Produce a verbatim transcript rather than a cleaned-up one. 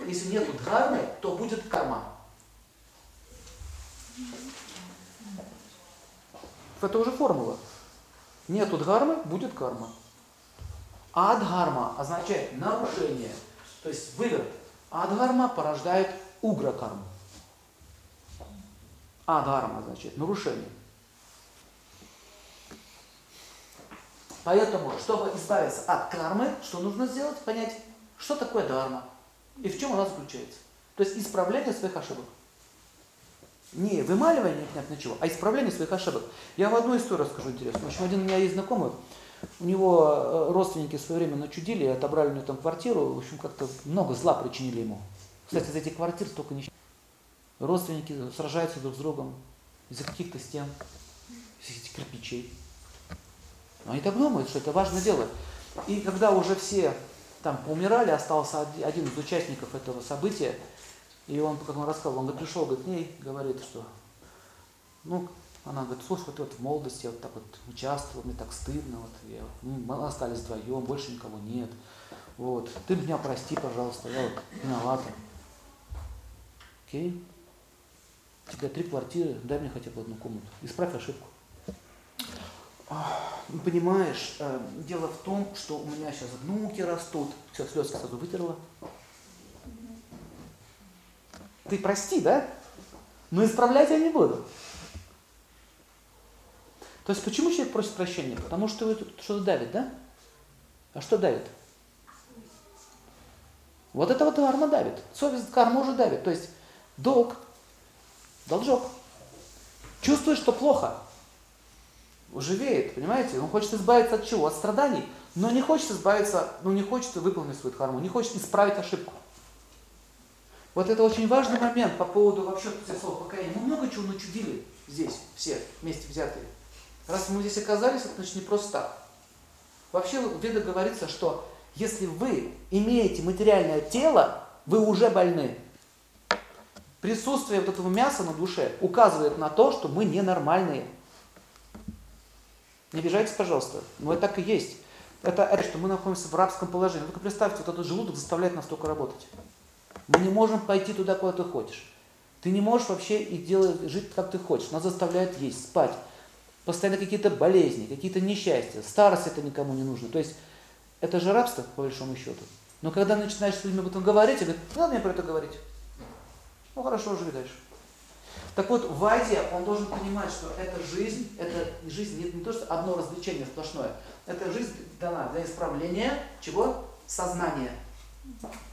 если нету дхармы, то будет карма. Это уже формула. Нету дхармы, будет карма. Адхарма означает нарушение, то есть выверт. Адхарма порождает угра-карму. Адхарма означает нарушение. Поэтому, чтобы избавиться от кармы, что нужно сделать? Понять, что такое дхарма и в чем она заключается. То есть исправление своих ошибок. Не вымаливание непонятно чего, а исправление своих ошибок. Я вам одну историю расскажу интересную. В общем, один у меня есть знакомый, у него родственники в свое время начудили, отобрали у него там квартиру, в общем, как-то много зла причинили ему. Кстати, из этих квартир столько несчастья. Родственники сражаются друг с другом из-за каких-то стен, из этих кирпичей. Но они так думают, что это важное дело. И когда уже все там поумирали, остался один из участников этого события, и он, как он рассказывал, он пришел к ней, говорит, что, ну, она говорит, слушай, вот, вот в молодости я вот так вот участвовал, мне так стыдно, вот, я, мы остались вдвоем, больше никого нет, вот, ты меня прости, пожалуйста, я вот виновата. Окей? У тебя три квартиры, дай мне хотя бы одну комнату, исправь ошибку. Понимаешь, дело в том, что у меня сейчас внуки растут, все, слезки сразу вытерла. Ты прости, да? Но исправлять я не буду. То есть почему человек просит прощения? Потому что его что-то давит, да? А что давит? Вот это вот карма давит. Совесть карма уже давит. То есть долг, должок. Чувствует, что плохо. Уживеет, понимаете? Он хочет избавиться от чего? От страданий. Но не хочет избавиться, ну не хочет выполнить свою карму, не хочет исправить ошибку. Вот это очень важный момент по поводу вообще слова покаяния. Мы много чего начудили здесь, все вместе взятые. Раз мы здесь оказались, это значит не просто так. Вообще в Ведах говорится, что если вы имеете материальное тело, вы уже больны. Присутствие вот этого мяса на душе указывает на то, что мы ненормальные. Не обижайтесь, пожалуйста, но это так и есть. Это, это что мы находимся в рабском положении. Только представьте, вот этот желудок заставляет нас только работать. Мы не можем пойти туда, куда ты хочешь. Ты не можешь вообще и делать, жить, как ты хочешь. Нас заставляют есть, спать. Постоянно какие-то болезни, какие-то несчастья. Старость это никому не нужно. То есть это же рабство, по большому счету. Но когда начинаешь с людьми об этом говорить, они говорят, не надо мне про это говорить. Ну хорошо, живи дальше. Так вот, в Айде он должен понимать, что эта жизнь, это жизнь не, не то, что одно развлечение сплошное. Эта жизнь дана для исправления чего? Сознания.